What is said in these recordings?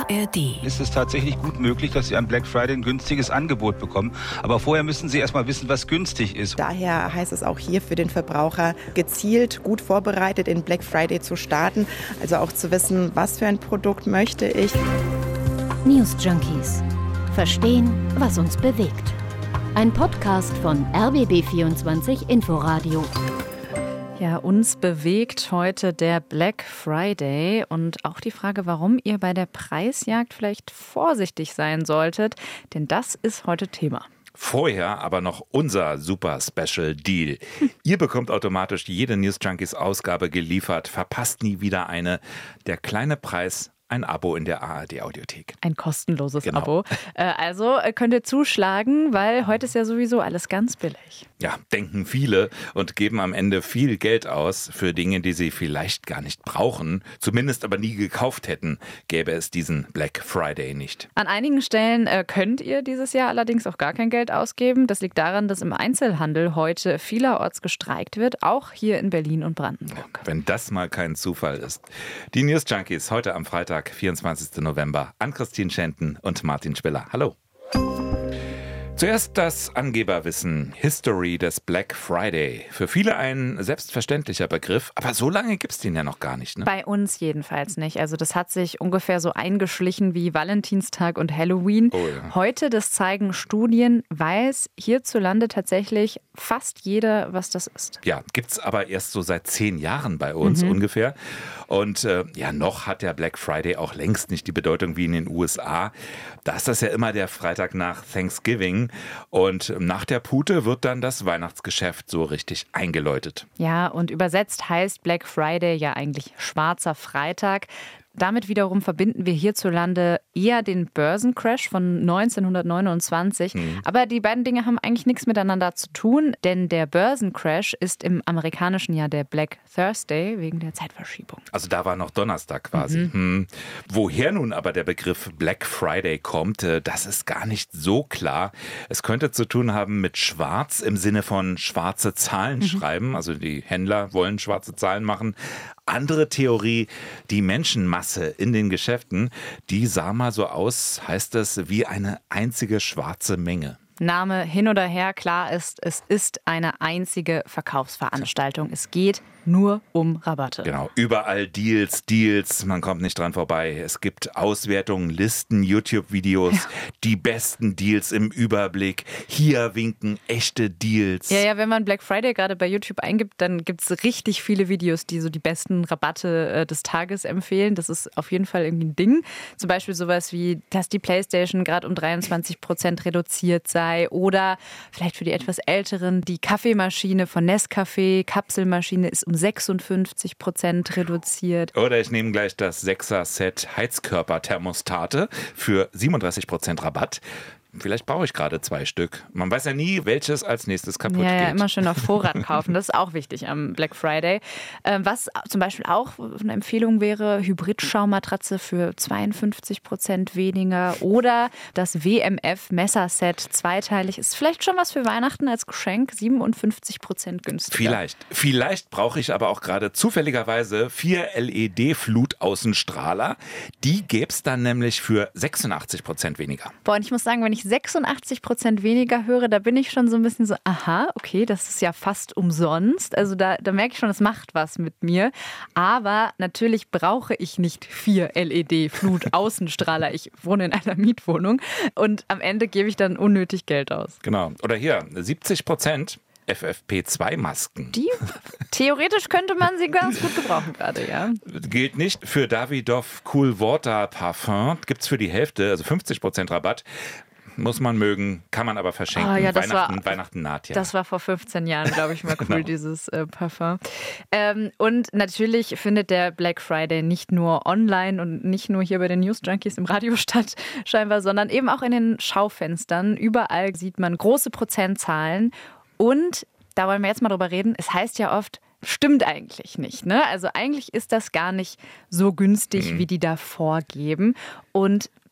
ARD. Ist es tatsächlich gut möglich, dass Sie am Black Friday ein günstiges Angebot bekommen? Aber vorher müssen Sie erst mal wissen, was günstig ist. Daher heißt es auch hier für den Verbraucher, gezielt, gut vorbereitet in Black Friday zu starten. Also auch zu wissen, was für ein Produkt möchte ich. News Junkies. Verstehen, was uns bewegt. Ein Podcast von RBB24 Inforadio. Ja, uns bewegt heute der Black Friday und auch die Frage, warum ihr bei der Preisjagd vielleicht vorsichtig sein solltet, denn das ist heute Thema. Vorher aber noch unser super Special Deal. Ihr bekommt automatisch jede News Junkies Ausgabe geliefert, verpasst nie wieder eine. Der kleine Preis, ein Abo in der ARD-Audiothek. Ein kostenloses Genau. Abo. Also könnt ihr zuschlagen, weil heute ist ja sowieso alles ganz billig. Ja, denken viele und geben am Ende viel Geld aus für Dinge, die sie vielleicht gar nicht brauchen, zumindest aber nie gekauft hätten, gäbe es diesen Black Friday nicht. An einigen Stellen könnt ihr dieses Jahr allerdings auch gar kein Geld ausgeben. Das liegt daran, dass im Einzelhandel heute vielerorts gestreikt wird, auch hier in Berlin und Brandenburg. Wenn das mal kein Zufall ist. Die News Junkies heute am Freitag, 24. November, Ann-Christine Schenten und Martin Spiller. Hallo. Zuerst das Angeberwissen, History des Black Friday. Für viele ein selbstverständlicher Begriff, aber so lange gibt es den ja noch gar nicht, ne? Bei uns jedenfalls nicht. Also das hat sich ungefähr so eingeschlichen wie Valentinstag und Halloween. Oh ja. Heute, das zeigen Studien, weiß hierzulande tatsächlich fast jeder, was das ist. Ja, gibt's aber erst so seit 10 Jahren bei uns ungefähr. Und noch hat der Black Friday auch längst nicht die Bedeutung wie in den USA. Da ist das ja immer der Freitag nach Thanksgiving. Und nach der Pute wird dann das Weihnachtsgeschäft so richtig eingeläutet. Ja, und übersetzt heißt Black Friday ja eigentlich schwarzer Freitag. Damit wiederum verbinden wir hierzulande eher den Börsencrash von 1929. Aber die beiden Dinge haben eigentlich nichts miteinander zu tun, denn der Börsencrash ist im amerikanischen Jahr der Black Thursday wegen der Zeitverschiebung. Also da war noch Donnerstag quasi. Woher nun aber der Begriff Black Friday kommt, das ist gar nicht so klar. Es könnte zu tun haben mit schwarz im Sinne von schwarze Zahlen schreiben. Also die Händler wollen schwarze Zahlen machen. Andere Theorie, die Menschenmasse in den Geschäften, die sah mal so aus, heißt es, wie eine einzige schwarze Menge. Name hin oder her, klar ist, es ist eine einzige Verkaufsveranstaltung. Es geht nur um Rabatte. Genau, überall Deals, man kommt nicht dran vorbei. Es gibt Auswertungen, Listen, YouTube-Videos, die besten Deals im Überblick. Hier winken echte Deals. Ja, wenn man Black Friday gerade bei YouTube eingibt, dann gibt es richtig viele Videos, die so die besten Rabatte des Tages empfehlen. Das ist auf jeden Fall irgendwie ein Ding. Zum Beispiel sowas wie, dass die PlayStation gerade um 23% reduziert sei oder vielleicht für die etwas Älteren die Kaffeemaschine von Nescafé, Kapselmaschine ist um 56% reduziert. Oder ich nehme gleich das 6er-Set Heizkörperthermostate für 37% Rabatt. Vielleicht brauche ich gerade 2 Stück. Man weiß ja nie, welches als nächstes kaputt geht. Ja, immer schön auf Vorrat kaufen. Das ist auch wichtig am Black Friday. Was zum Beispiel auch eine Empfehlung wäre, Hybrid-Schaumatratze für 52% weniger oder das WMF-Messerset zweiteilig. Ist vielleicht schon was für Weihnachten als Geschenk, 57% günstiger. Vielleicht brauche ich aber auch gerade zufälligerweise 4 LED-Flutaußenstrahler. Die gäbe es dann nämlich für 86% weniger. Boah, und ich muss sagen, wenn ich 86% weniger höre, da bin ich schon so ein bisschen so, aha, okay, das ist ja fast umsonst. Also da merke ich schon, es macht was mit mir. Aber natürlich brauche ich nicht 4 LED-Flut-Außenstrahler. Ich wohne in einer Mietwohnung und am Ende gebe ich dann unnötig Geld aus. Genau. Oder hier, 70% FFP2-Masken. Die, theoretisch könnte man sie ganz gut gebrauchen gerade, ja. Gilt nicht für Davidoff Cool Water Parfum. Gibt es für die Hälfte, also 50% Rabatt. Muss man mögen, kann man aber verschenken. Oh ja, Weihnachten naht ja. Das war vor 15 Jahren, glaube ich, mal cool, Genau. dieses Parfum. Und natürlich findet der Black Friday nicht nur online und nicht nur hier bei den News Junkies im Radio statt, scheinbar, sondern eben auch in den Schaufenstern. Überall sieht man große Prozentzahlen. Und da wollen wir jetzt mal drüber reden. Es heißt ja oft, stimmt eigentlich nicht, ne? Also eigentlich ist das gar nicht so günstig, wie die da vorgeben. Und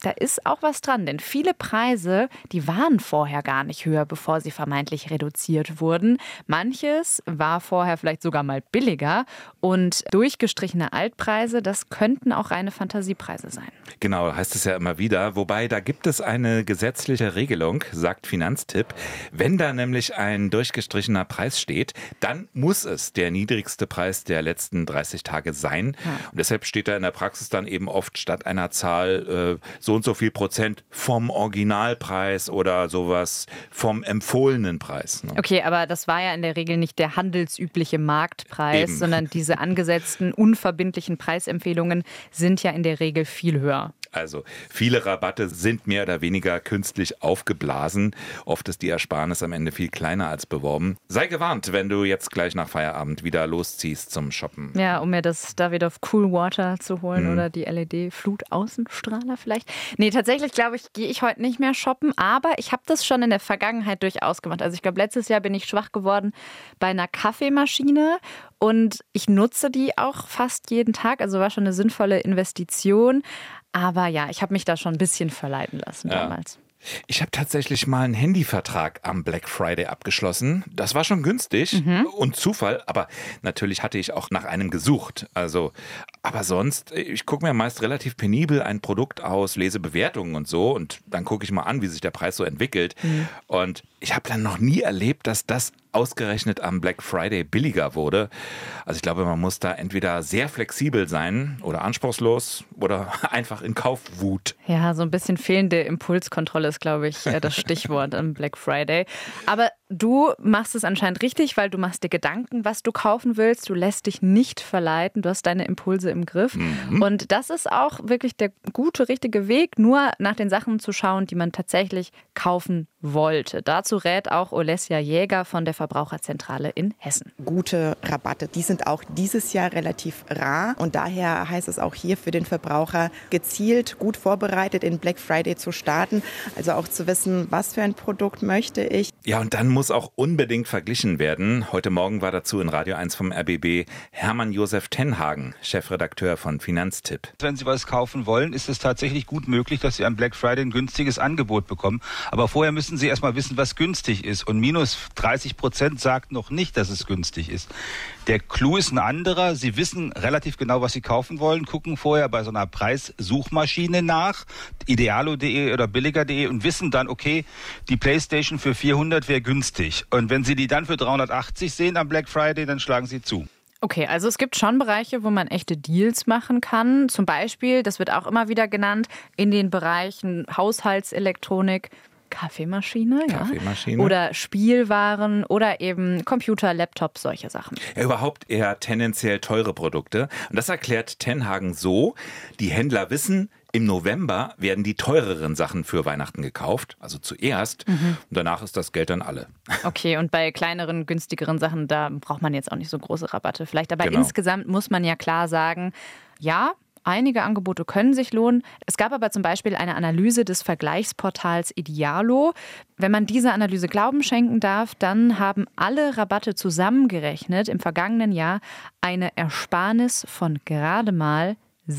da ist auch was dran, denn viele Preise, die waren vorher gar nicht höher, bevor sie vermeintlich reduziert wurden. Manches war vorher vielleicht sogar mal billiger und durchgestrichene Altpreise, das könnten auch reine Fantasiepreise sein. Genau, heißt es ja immer wieder. Wobei, da gibt es eine gesetzliche Regelung, sagt Finanztipp. Wenn da nämlich ein durchgestrichener Preis steht, dann muss es der niedrigste Preis der letzten 30 Tage sein. Ja. Und deshalb steht da in der Praxis dann eben oft statt einer Zahl so und so viel Prozent vom Originalpreis oder sowas vom empfohlenen Preis. Ne? Okay, aber das war ja in der Regel nicht der handelsübliche Marktpreis, sondern diese angesetzten, unverbindlichen Preisempfehlungen sind ja in der Regel viel höher. Also viele Rabatte sind mehr oder weniger künstlich aufgeblasen. Oft ist die Ersparnis am Ende viel kleiner als beworben. Sei gewarnt, wenn du jetzt gleich nach Feierabend wieder losziehst zum Shoppen. Ja, um mir das Davidoff Cool Water zu holen oder die LED-Flutaußenstrahler vielleicht. Nee, tatsächlich glaube ich, gehe ich heute nicht mehr shoppen, aber ich habe das schon in der Vergangenheit durchaus gemacht. Also ich glaube, letztes Jahr bin ich schwach geworden bei einer Kaffeemaschine und ich nutze die auch fast jeden Tag. Also war schon eine sinnvolle Investition. Aber ja, ich habe mich da schon ein bisschen verleiten lassen damals. Ich habe tatsächlich mal einen Handyvertrag am Black Friday abgeschlossen. Das war schon günstig und Zufall, aber natürlich hatte ich auch nach einem gesucht. Also, aber sonst, ich gucke mir meist relativ penibel ein Produkt aus, lese Bewertungen und so und dann gucke ich mal an, wie sich der Preis so entwickelt. Und ich habe dann noch nie erlebt, dass das ausgerechnet am Black Friday billiger wurde. Also ich glaube, man muss da entweder sehr flexibel sein oder anspruchslos oder einfach in Kaufwut. Ja, so ein bisschen fehlende Impulskontrolle ist, glaube ich, das Stichwort am Black Friday. Aber du machst es anscheinend richtig, weil du machst dir Gedanken, was du kaufen willst. Du lässt dich nicht verleiten. Du hast deine Impulse im Griff. Und das ist auch wirklich der gute, richtige Weg, nur nach den Sachen zu schauen, die man tatsächlich kaufen wollte. Dazu rät auch Olesja Jäger von der Verbraucherzentrale in Hessen. Gute Rabatte, die sind auch dieses Jahr relativ rar und daher heißt es auch hier für den Verbraucher gezielt, gut vorbereitet in Black Friday zu starten, also auch zu wissen, was für ein Produkt möchte ich. Ja, und dann muss auch unbedingt verglichen werden. Heute Morgen war dazu in Radio 1 vom RBB Hermann Josef Tenhagen, Chefredakteur von Finanztipp. Wenn Sie was kaufen wollen, ist es tatsächlich gut möglich, dass Sie am Black Friday ein günstiges Angebot bekommen. Aber vorher müssen Sie erstmal wissen, was günstig ist. Und minus 30% sagt noch nicht, dass es günstig ist. Der Clou ist ein anderer. Sie wissen relativ genau, was Sie kaufen wollen, gucken vorher bei so einer Preissuchmaschine nach, idealo.de oder billiger.de und wissen dann, okay, die PlayStation für 400 wäre günstig. Und wenn Sie die dann für 380 sehen am Black Friday, dann schlagen Sie zu. Okay, also es gibt schon Bereiche, wo man echte Deals machen kann. Zum Beispiel, das wird auch immer wieder genannt, in den Bereichen Haushaltselektronik, Kaffeemaschine. Oder Spielwaren oder eben Computer, Laptop, solche Sachen. Ja, überhaupt eher tendenziell teure Produkte. Und das erklärt Tenhagen so, die Händler wissen, im November werden die teureren Sachen für Weihnachten gekauft, also zuerst. Und danach ist das Geld dann alle. Okay, und bei kleineren, günstigeren Sachen, da braucht man jetzt auch nicht so große Rabatte vielleicht. Aber insgesamt muss man ja klar sagen, ja, einige Angebote können sich lohnen. Es gab aber zum Beispiel eine Analyse des Vergleichsportals Idealo. Wenn man dieser Analyse Glauben schenken darf, dann haben alle Rabatte zusammengerechnet im vergangenen Jahr eine Ersparnis von gerade mal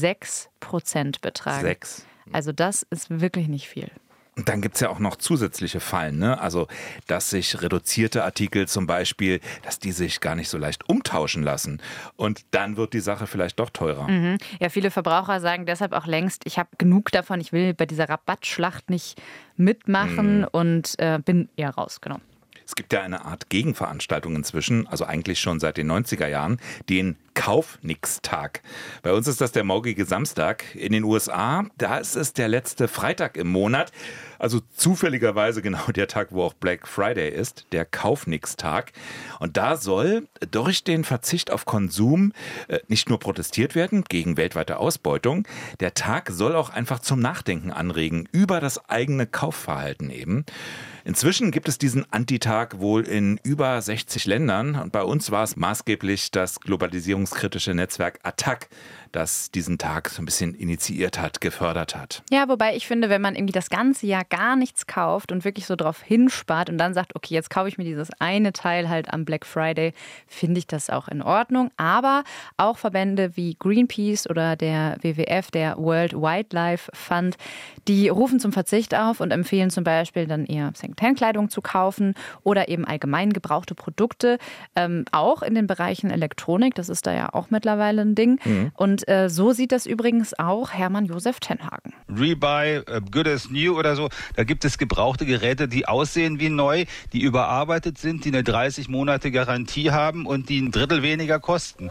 6% betragen. 6. Also das ist wirklich nicht viel. Und dann gibt's ja auch noch zusätzliche Fallen, ne? Also, dass sich reduzierte Artikel zum Beispiel, dass die sich gar nicht so leicht umtauschen lassen. Und dann wird die Sache vielleicht doch teurer. Ja, viele Verbraucher sagen deshalb auch längst, ich habe genug davon, ich will bei dieser Rabattschlacht nicht mitmachen und bin eher raus, genau. Es gibt ja eine Art Gegenveranstaltung inzwischen, also eigentlich schon seit den 90er Jahren, den Kauf-Nix-Tag. Bei uns ist das der morgige Samstag. In den USA, da ist es der letzte Freitag im Monat. Also zufälligerweise genau der Tag, wo auch Black Friday ist, der Kauf-Nix-Tag. Und da soll durch den Verzicht auf Konsum nicht nur protestiert werden gegen weltweite Ausbeutung, der Tag soll auch einfach zum Nachdenken anregen über das eigene Kaufverhalten eben. Inzwischen gibt es diesen Antitag wohl in über 60 Ländern und bei uns war es maßgeblich das Globalisierungsfonds versicherungskritische Netzwerk Attac, das diesen Tag so ein bisschen initiiert hat, gefördert hat. Ja, wobei ich finde, wenn man irgendwie das ganze Jahr gar nichts kauft und wirklich so drauf hinspart und dann sagt, okay, jetzt kaufe ich mir dieses eine Teil halt am Black Friday, finde ich das auch in Ordnung. Aber auch Verbände wie Greenpeace oder der WWF, der World Wildlife Fund, die rufen zum Verzicht auf und empfehlen zum Beispiel dann eher Secondhand-Kleidung zu kaufen oder eben allgemein gebrauchte Produkte, auch in den Bereichen Elektronik, das ist da ja auch mittlerweile ein Ding. Und so sieht das übrigens auch Hermann Josef Tenhagen. Rebuy, Good as New oder so, da gibt es gebrauchte Geräte, die aussehen wie neu, die überarbeitet sind, die eine 30 Monate Garantie haben und die ein Drittel weniger kosten.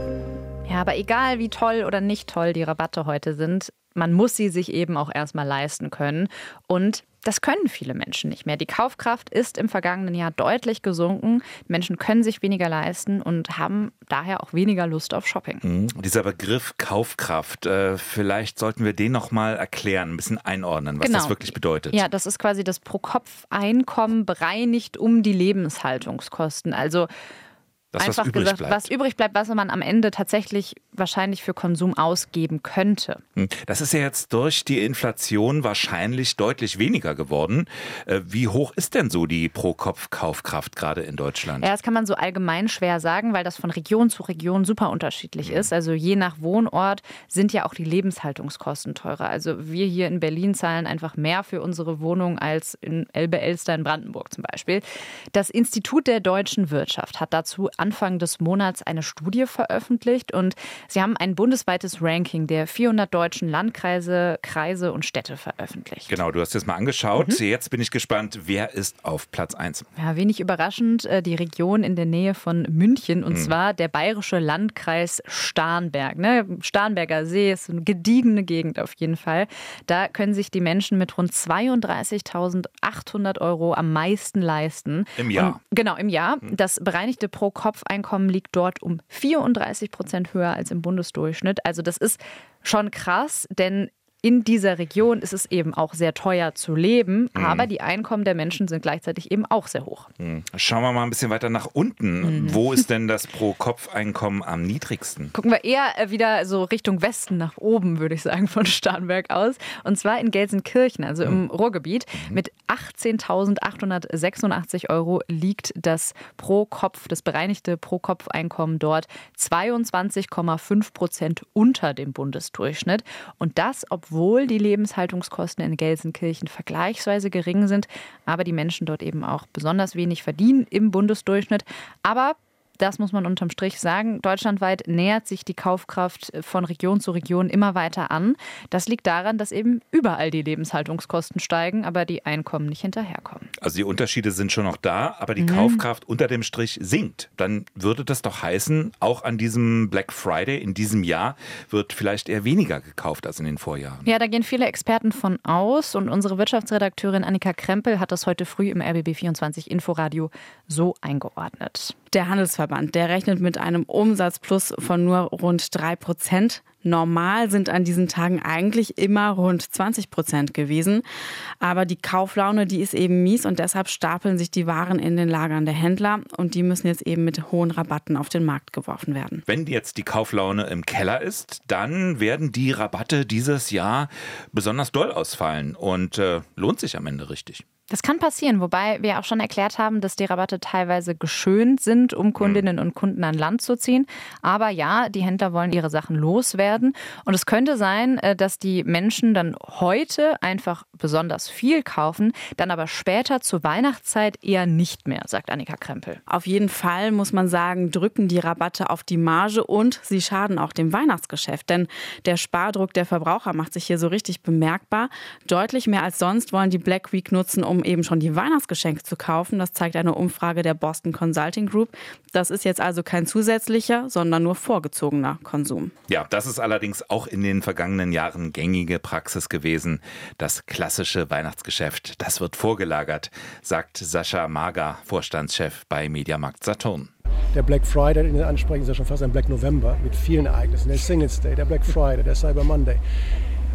Ja, aber egal wie toll oder nicht toll die Rabatte heute sind, man muss sie sich eben auch erstmal leisten können. Und das können viele Menschen nicht mehr. Die Kaufkraft ist im vergangenen Jahr deutlich gesunken. Menschen können sich weniger leisten und haben daher auch weniger Lust auf Shopping. Dieser Begriff Kaufkraft, vielleicht sollten wir den noch mal erklären, ein bisschen einordnen, was das wirklich bedeutet. Ja, das ist quasi das Pro-Kopf-Einkommen bereinigt um die Lebenshaltungskosten. Also das, einfach was übrig bleibt, was man am Ende tatsächlich wahrscheinlich für Konsum ausgeben könnte. Das ist ja jetzt durch die Inflation wahrscheinlich deutlich weniger geworden. Wie hoch ist denn so die Pro-Kopf-Kaufkraft gerade in Deutschland? Ja, das kann man so allgemein schwer sagen, weil das von Region zu Region super unterschiedlich ist. Also je nach Wohnort sind ja auch die Lebenshaltungskosten teurer. Also wir hier in Berlin zahlen einfach mehr für unsere Wohnung als in Elbe-Elster in Brandenburg zum Beispiel. Das Institut der deutschen Wirtschaft hat dazu Anfang des Monats eine Studie veröffentlicht und sie haben ein bundesweites Ranking der 400 deutschen Landkreise, Kreise und Städte veröffentlicht. Genau, du hast es mal angeschaut. Jetzt bin ich gespannt, wer ist auf Platz 1? Ja, wenig überraschend, die Region in der Nähe von München und zwar der bayerische Landkreis Starnberg. Starnberger See ist eine gediegene Gegend auf jeden Fall. Da können sich die Menschen mit rund 32.800 € am meisten leisten. Im Jahr? Genau, im Jahr. Das bereinigte Pro-Kopf-Einkommen liegt dort um 34% höher als im Bundesdurchschnitt. Also das ist schon krass, denn in dieser Region ist es eben auch sehr teuer zu leben, aber die Einkommen der Menschen sind gleichzeitig eben auch sehr hoch. Schauen wir mal ein bisschen weiter nach unten. Wo ist denn das Pro-Kopf-Einkommen am niedrigsten? Gucken wir eher wieder so Richtung Westen nach oben, würde ich sagen, von Starnberg aus. Und zwar in Gelsenkirchen, also im Ruhrgebiet. Mit 18.886 € liegt das Pro-Kopf, das bereinigte Pro-Kopf-Einkommen dort 22,5% unter dem Bundesdurchschnitt. Und das, obwohl die Lebenshaltungskosten in Gelsenkirchen vergleichsweise gering sind, aber die Menschen dort eben auch besonders wenig verdienen im Bundesdurchschnitt. Aber das muss man unterm Strich sagen. Deutschlandweit nähert sich die Kaufkraft von Region zu Region immer weiter an. Das liegt daran, dass eben überall die Lebenshaltungskosten steigen, aber die Einkommen nicht hinterherkommen. Also die Unterschiede sind schon noch da, aber die Kaufkraft unter dem Strich sinkt. Dann würde das doch heißen, auch an diesem Black Friday in diesem Jahr wird vielleicht eher weniger gekauft als in den Vorjahren. Ja, da gehen viele Experten von aus und unsere Wirtschaftsredakteurin Annika Krempel hat das heute früh im RBB24 Inforadio so eingeordnet. Der Handelsverband, der rechnet mit einem Umsatzplus von nur rund 3%. Normal sind an diesen Tagen eigentlich immer rund 20% gewesen. Aber die Kauflaune, die ist eben mies und deshalb stapeln sich die Waren in den Lagern der Händler und die müssen jetzt eben mit hohen Rabatten auf den Markt geworfen werden. Wenn jetzt die Kauflaune im Keller ist, dann werden die Rabatte dieses Jahr besonders doll ausfallen und lohnt sich am Ende richtig. Das kann passieren, wobei wir auch schon erklärt haben, dass die Rabatte teilweise geschönt sind, um Kundinnen und Kunden an Land zu ziehen. Aber ja, die Händler wollen ihre Sachen loswerden. Und es könnte sein, dass die Menschen dann heute einfach besonders viel kaufen, dann aber später zur Weihnachtszeit eher nicht mehr, sagt Annika Krempel. Auf jeden Fall muss man sagen, drücken die Rabatte auf die Marge und sie schaden auch dem Weihnachtsgeschäft. Denn der Spardruck der Verbraucher macht sich hier so richtig bemerkbar. Deutlich mehr als sonst wollen die Black Week nutzen, um eben schon die Weihnachtsgeschenke zu kaufen. Das zeigt eine Umfrage der Boston Consulting Group. Das ist jetzt also kein zusätzlicher, sondern nur vorgezogener Konsum. Ja, das ist allerdings auch in den vergangenen Jahren gängige Praxis gewesen. Das klassische Weihnachtsgeschäft, das wird vorgelagert, sagt Sascha Mager, Vorstandschef bei Mediamarkt Saturn. Der Black Friday, den Sie ansprechen, ist ja schon fast ein Black November mit vielen Ereignissen. Der Singles Day, der Black Friday, der Cyber Monday.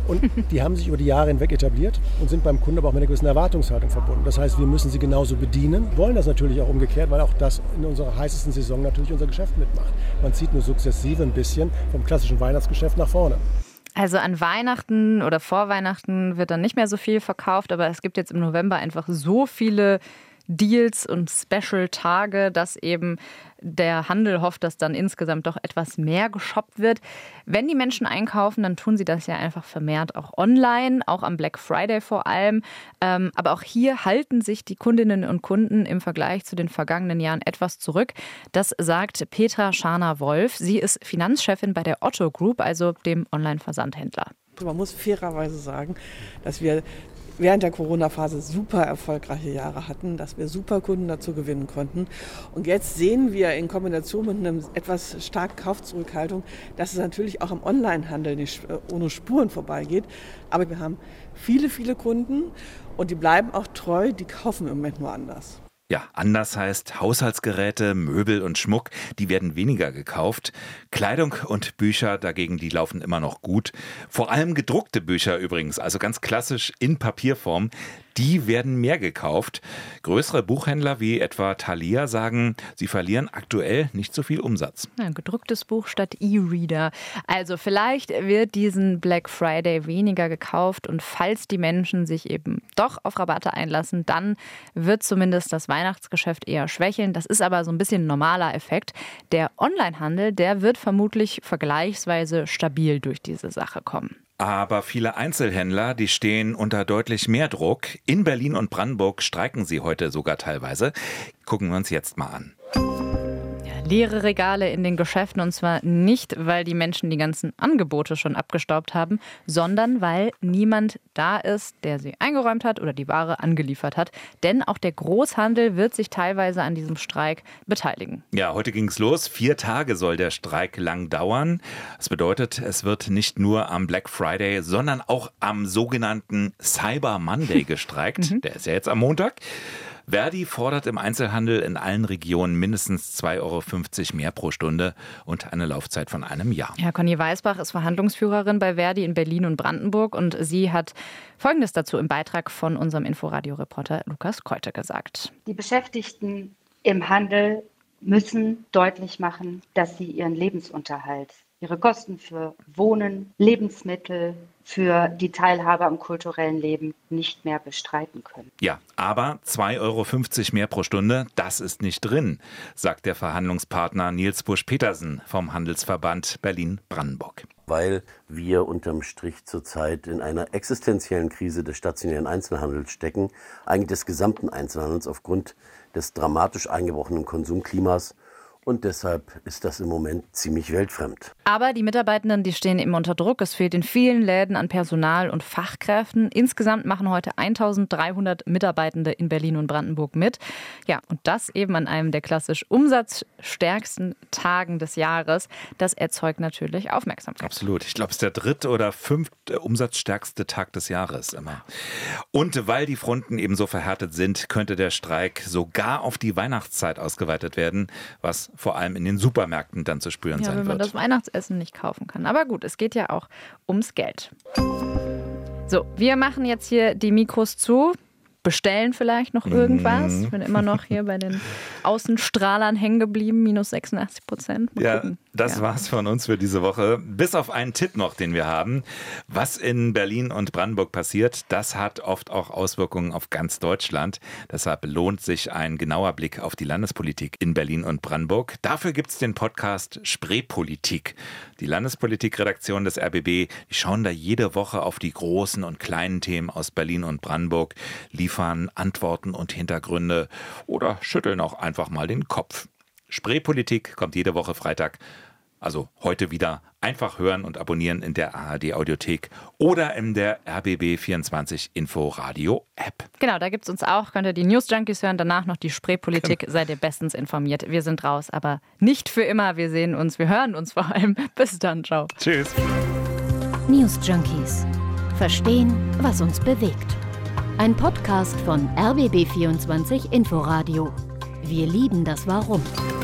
Und die haben sich über die Jahre hinweg etabliert und sind beim Kunden aber auch mit einer gewissen Erwartungshaltung verbunden. Das heißt, wir müssen sie genauso bedienen, wollen das natürlich auch umgekehrt, weil auch das in unserer heißesten Saison natürlich unser Geschäft mitmacht. Man zieht nur sukzessive ein bisschen vom klassischen Weihnachtsgeschäft nach vorne. Also an Weihnachten oder vor Weihnachten wird dann nicht mehr so viel verkauft, aber es gibt jetzt im November einfach so viele Deals und Special-Tage, dass eben der Handel hofft, dass dann insgesamt doch etwas mehr geshoppt wird. Wenn die Menschen einkaufen, dann tun sie das ja einfach vermehrt auch online, auch am Black Friday vor allem. Aber auch hier halten sich die Kundinnen und Kunden im Vergleich zu den vergangenen Jahren etwas zurück. Das sagt Petra Scharner-Wolf. Sie ist Finanzchefin bei der Otto Group, also dem Online-Versandhändler. Man muss fairerweise sagen, dass wir während der Corona-Phase super erfolgreiche Jahre hatten, dass wir super Kunden dazu gewinnen konnten. Und jetzt sehen wir in Kombination mit einer etwas starken Kaufzurückhaltung, dass es natürlich auch am Onlinehandel nicht ohne Spuren vorbeigeht. Aber wir haben viele, viele Kunden und die bleiben auch treu, die kaufen im Moment nur anders. Ja, anders heißt Haushaltsgeräte, Möbel und Schmuck, die werden weniger gekauft. Kleidung und Bücher dagegen, die laufen immer noch gut. Vor allem gedruckte Bücher übrigens, also ganz klassisch in Papierform, die werden mehr gekauft. Größere Buchhändler wie etwa Thalia sagen, sie verlieren aktuell nicht so viel Umsatz. Ja, ein gedrucktes Buch statt E-Reader. Also vielleicht wird diesen Black Friday weniger gekauft und falls die Menschen sich eben doch auf Rabatte einlassen, dann wird zumindest das Weihnachtsgeschäft eher schwächeln. Das ist aber so ein bisschen ein normaler Effekt. Der Onlinehandel, der wird vermutlich vergleichsweise stabil durch diese Sache kommen. Aber viele Einzelhändler, die stehen unter deutlich mehr Druck. In Berlin und Brandenburg streiken sie heute sogar teilweise. Gucken wir uns jetzt mal an. Leere Regale in den Geschäften und zwar nicht, weil die Menschen die ganzen Angebote schon abgestaubt haben, sondern weil niemand da ist, der sie eingeräumt hat oder die Ware angeliefert hat. Denn auch der Großhandel wird sich teilweise an diesem Streik beteiligen. Ja, heute ging's los. 4 Tage soll der Streik lang dauern. Das bedeutet, es wird nicht nur am Black Friday, sondern auch am sogenannten Cyber Monday gestreikt. Der ist ja jetzt am Montag. Verdi fordert im Einzelhandel in allen Regionen mindestens 2,50 € mehr pro Stunde und eine Laufzeit von einem Jahr. Ja, Conny Weißbach ist Verhandlungsführerin bei Verdi in Berlin und Brandenburg und sie hat Folgendes dazu im Beitrag von unserem Inforadio-Reporter Lukas Keute gesagt. Die Beschäftigten im Handel müssen deutlich machen, dass sie ihren Lebensunterhalt, ihre Kosten für Wohnen, Lebensmittel, für die Teilhabe am kulturellen Leben nicht mehr bestreiten können. Ja, aber 2,50 € mehr pro Stunde, das ist nicht drin, sagt der Verhandlungspartner Nils Busch-Petersen vom Handelsverband Berlin-Brandenburg. Weil wir unterm Strich zurzeit in einer existenziellen Krise des stationären Einzelhandels stecken, eigentlich des gesamten Einzelhandels aufgrund des dramatisch eingebrochenen Konsumklimas. Und deshalb ist das im Moment ziemlich weltfremd. Aber die Mitarbeitenden, die stehen eben unter Druck. Es fehlt in vielen Läden an Personal und Fachkräften. Insgesamt machen heute 1300 Mitarbeitende in Berlin und Brandenburg mit. Ja, und das eben an einem der klassisch umsatzstärksten Tagen des Jahres. Das erzeugt natürlich Aufmerksamkeit. Absolut. Ich glaube, es ist der 3. oder 5. umsatzstärkste Tag des Jahres immer. Und weil die Fronten eben so verhärtet sind, könnte der Streik sogar auf die Weihnachtszeit ausgeweitet werden, was vor allem in den Supermärkten dann zu spüren sein wird. Wenn man das Weihnachtsessen nicht kaufen kann. Aber gut, es geht ja auch ums Geld. So, wir machen jetzt hier die Mikros zu. Bestellen vielleicht noch irgendwas. Ich bin immer noch hier bei den Außenstrahlern hängen geblieben, minus 86%. Ja, das war's von uns für diese Woche. Bis auf einen Tipp noch, den wir haben. Was in Berlin und Brandenburg passiert, das hat oft auch Auswirkungen auf ganz Deutschland. Deshalb lohnt sich ein genauer Blick auf die Landespolitik in Berlin und Brandenburg. Dafür gibt's den Podcast Spreepolitik. Die Landespolitik-Redaktion des RBB, die schauen da jede Woche auf die großen und kleinen Themen aus Berlin und Brandenburg, liefern Antworten und Hintergründe oder schütteln auch einfach mal den Kopf. Spreepolitik kommt jede Woche Freitag, also heute wieder. Einfach hören und abonnieren in der ARD-Audiothek oder in der RBB24 Info-Radio-App. Genau, da gibt es uns auch. Könnt ihr die News-Junkies hören, danach noch die Spreepolitik. Seid ihr bestens informiert. Wir sind raus, aber nicht für immer. Wir sehen uns, wir hören uns vor allem. Bis dann, ciao. Tschüss. News-Junkies. Verstehen, was uns bewegt. Ein Podcast von RBB24 Inforadio. Wir lieben das Warum.